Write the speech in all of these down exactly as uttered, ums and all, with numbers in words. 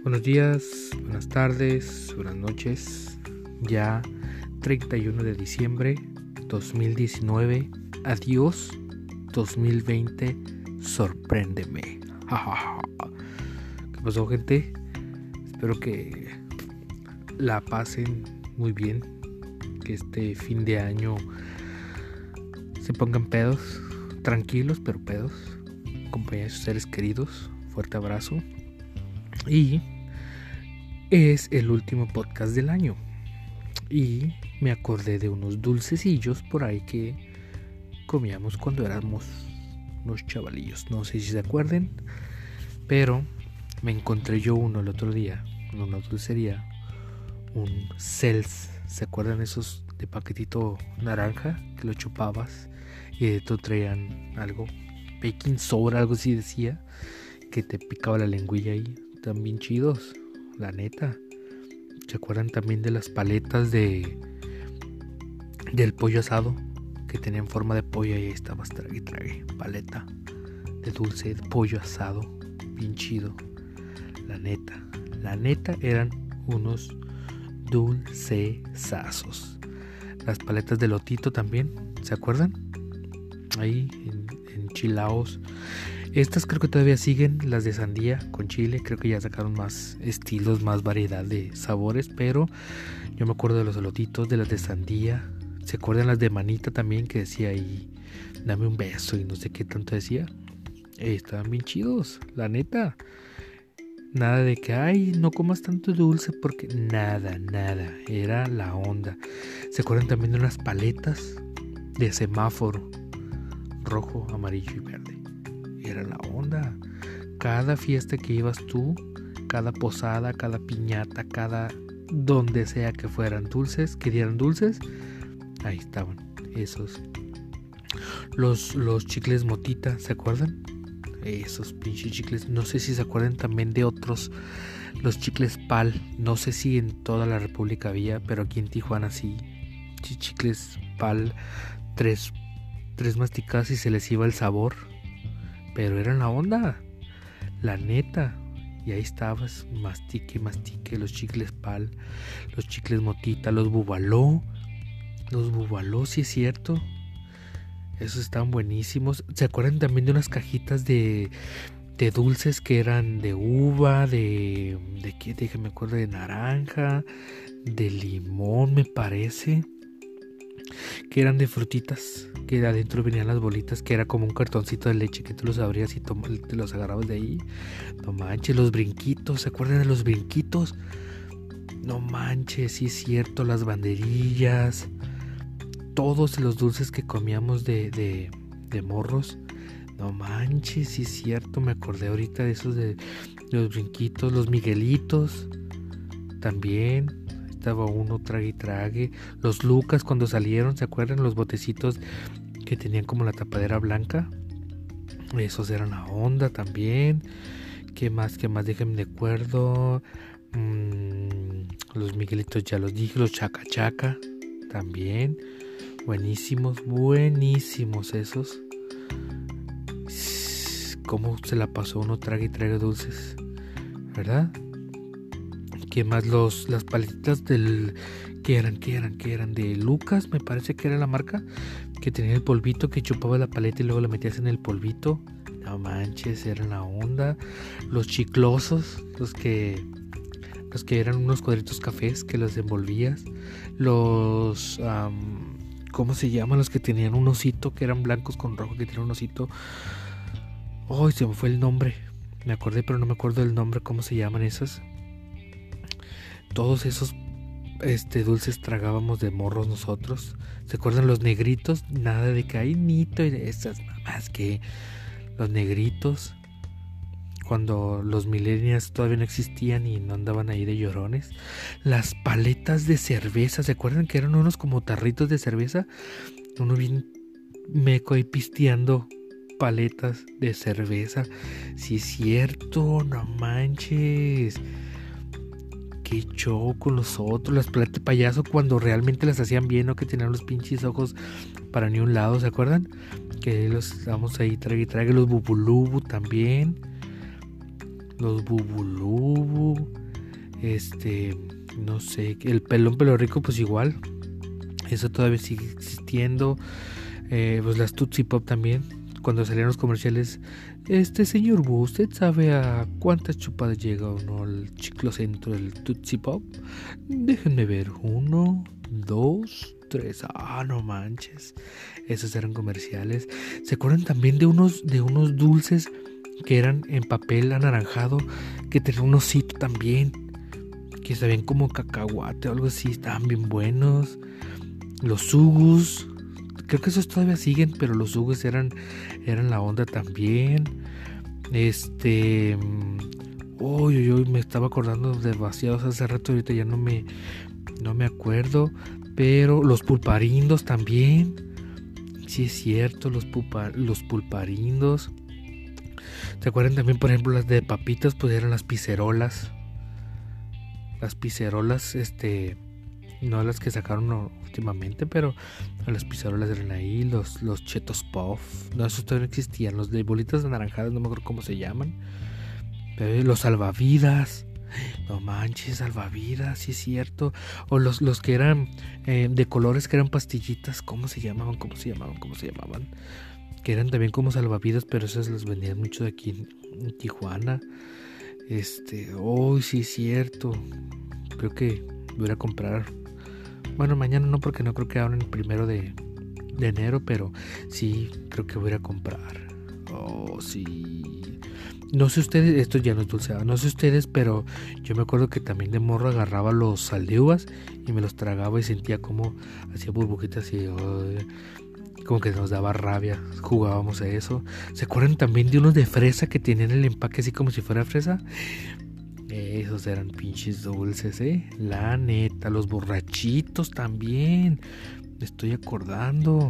Buenos días, buenas tardes, buenas noches. Ya treinta y uno de diciembre dos mil diecinueve. Adiós dos mil veinte. Sorpréndeme. ¿Qué pasó, gente? Espero que la pasen muy bien. Que este fin de año se pongan pedos. Tranquilos, pero pedos. Compañía de sus seres queridos. Fuerte abrazo. Y es el último podcast del año. Y me acordé de unos dulcecillos por ahí que comíamos cuando éramos unos chavalillos. No sé si se acuerden, pero me encontré yo uno el otro día en una dulcería. Un Cells. ¿Se acuerdan esos de paquetito naranja que lo chupabas y de todo traían algo? Baking soda, algo así decía, que te picaba la lengüilla ahí. Están bien chidos, la neta. ¿Se acuerdan también de las paletas de del pollo asado que tenían forma de pollo? Y ahí estabas, trague, trague, paleta de dulce de pollo asado, bien chido. La neta, la neta eran unos dulcesazos. Las paletas de lotito también, ¿se acuerdan? Ahí en, en Chilaos. Estas creo que todavía siguen, las de sandía con chile. Creo que ya sacaron más estilos, más variedad de sabores. Pero yo me acuerdo de los elotitos, de las de sandía. ¿Se acuerdan las de manita también? Que decía ahí, dame un beso y no sé qué tanto decía. Eh, estaban bien chidos, la neta. Nada de que, ay, no comas tanto dulce porque... Nada, nada. Era la onda. ¿Se acuerdan también de unas paletas de semáforo? Rojo, amarillo y verde. Era la onda. Cada fiesta que ibas tú, cada posada, cada piñata, cada donde sea que fueran dulces, que dieran dulces, ahí estaban esos. Los, los chicles motita, ¿se acuerdan? Esos pinches chicles. No sé si se acuerdan también de otros. Los chicles pal. No sé si en toda la república había, pero aquí en Tijuana sí. Chicles pal. Tres, tres masticadas y se les iba el sabor. Pero era la onda, la neta. Y ahí estabas, mastique, mastique, los chicles pal, los chicles motita, los bubaló. Los bubaló, sí es cierto. Esos estaban buenísimos. ¿Se acuerdan también de unas cajitas de, de dulces que eran de uva, de... ¿De qué? Déjenme acuerdo, de naranja, de limón, me parece. Que eran de frutitas, que adentro venían las bolitas, que era como un cartoncito de leche que tú los abrías y tom- te los agarrabas de ahí. No manches, los brinquitos, ¿se acuerdan de los brinquitos? No manches, sí es cierto, las banderillas, todos los dulces que comíamos de, de, de morros. No manches, sí es cierto, me acordé ahorita de esos de los brinquitos, los miguelitos también. Estaba uno trague y trague. Los Lucas cuando salieron, ¿se acuerdan? Los botecitos que tenían como la tapadera blanca. Esos eran la onda también. ¿Qué más? ¿Qué más? Déjenme de acuerdo. Mm, los Miguelitos ya los dije. Los Chaca Chaca también. Buenísimos, buenísimos esos. ¿Cómo se la pasó uno trague y trague dulces? ¿Verdad? ¿Qué más? Los, las paletitas del... ¿Qué eran? ¿Qué eran? ¿Qué eran? De Lucas, me parece que era la marca. Que tenía el polvito, que chupaba la paleta y luego la metías en el polvito. No manches, eran la onda. Los chiclosos, los que... Los que eran unos cuadritos cafés que los envolvías. Los... Um, ¿Cómo se llaman? Los que tenían un osito, que eran blancos con rojo, que tenían un osito. ¡Ay! Oh, se me fue el nombre. Me acordé, pero no me acuerdo del nombre. ¿Cómo se llaman esos? Todos esos este, dulces tragábamos de morros nosotros. ¿Se acuerdan los negritos? Nada de que hay nito y de esas mamás que... Los negritos. Cuando los millennials todavía no existían y no andaban ahí de llorones. Las paletas de cerveza. ¿Se acuerdan que eran unos como tarritos de cerveza? Uno bien meco ahí pisteando paletas de cerveza. Sí es cierto, no manches. Qué show con los otros, las paletas de payaso cuando realmente las hacían bien, no que tenían los pinches ojos para ni un lado, ¿se acuerdan? Que los damos ahí, trague y trague, los bubulubu también. los Bubulubu, este, no sé, el Pelón Pelo Rico, pues igual, eso todavía sigue existiendo. Eh, pues las Tootsie Pop también, cuando salían los comerciales, este señor Bu, ¿usted sabe a cuántas chupadas llega uno al chiclocentro del Tootsie Pop? Déjenme ver, uno, dos, tres, ah, no manches, esos eran comerciales. ¿Se acuerdan también de unos, de unos dulces que eran en papel anaranjado, que tenían un osito también, que sabían como cacahuate o algo así, estaban bien buenos? Los Sugus, creo que esos todavía siguen, pero los Sugus eran, eran la onda también. Este, uy, uy, uy, me estaba acordando demasiados hace rato, ahorita ya no me, no me acuerdo, pero los pulparindos también, sí es cierto, los, pulpa, los pulparindos. ¿Se acuerdan también, por ejemplo, las de papitas? Pues eran las picerolas, las picerolas, este... no las que sacaron últimamente, pero las pizarolas eran ahí, los, los Chetos Puff, no, esos todavía no existían, los de bolitas anaranjadas, no me acuerdo cómo se llaman, pero los salvavidas, no manches, salvavidas, sí es cierto, o los, los que eran eh, de colores, que eran pastillitas, ¿cómo se llamaban? ¿Cómo se llamaban? ¿Cómo se llamaban? Que eran también como salvavidas, pero esas las vendían mucho de aquí en, en Tijuana. Este, oh, sí es cierto, creo que voy a ir a comprar. Bueno, mañana no, porque no creo que abran el primero de, de enero, pero sí, creo que voy a ir a comprar. Oh, sí. No sé ustedes, esto ya no es dulce, no sé ustedes, pero yo me acuerdo que también de morro agarraba los saldivas y me los tragaba y sentía como hacía burbujitas y oh, como que nos daba rabia. Jugábamos a eso. ¿Se acuerdan también de unos de fresa que tenían el empaque así como si fuera fresa? Esos eran pinches dulces, ¿eh? La neta, los borrachitos también. Me estoy acordando.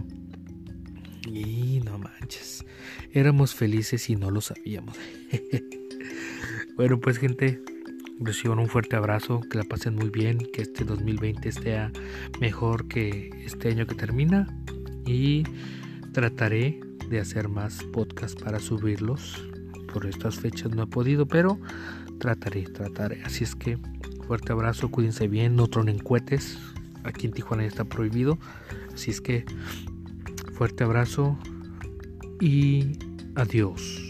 Y no manches. Éramos felices y no lo sabíamos. Bueno, pues gente, reciban un fuerte abrazo. Que la pasen muy bien. Que este dos mil veinte sea mejor que este año que termina. Y trataré de hacer más podcasts para subirlos. Por estas fechas no he podido, pero trataré, trataré. Así es que fuerte abrazo, cuídense bien, no tronen cohetes. Aquí en Tijuana ya está prohibido. Así es que fuerte abrazo y adiós.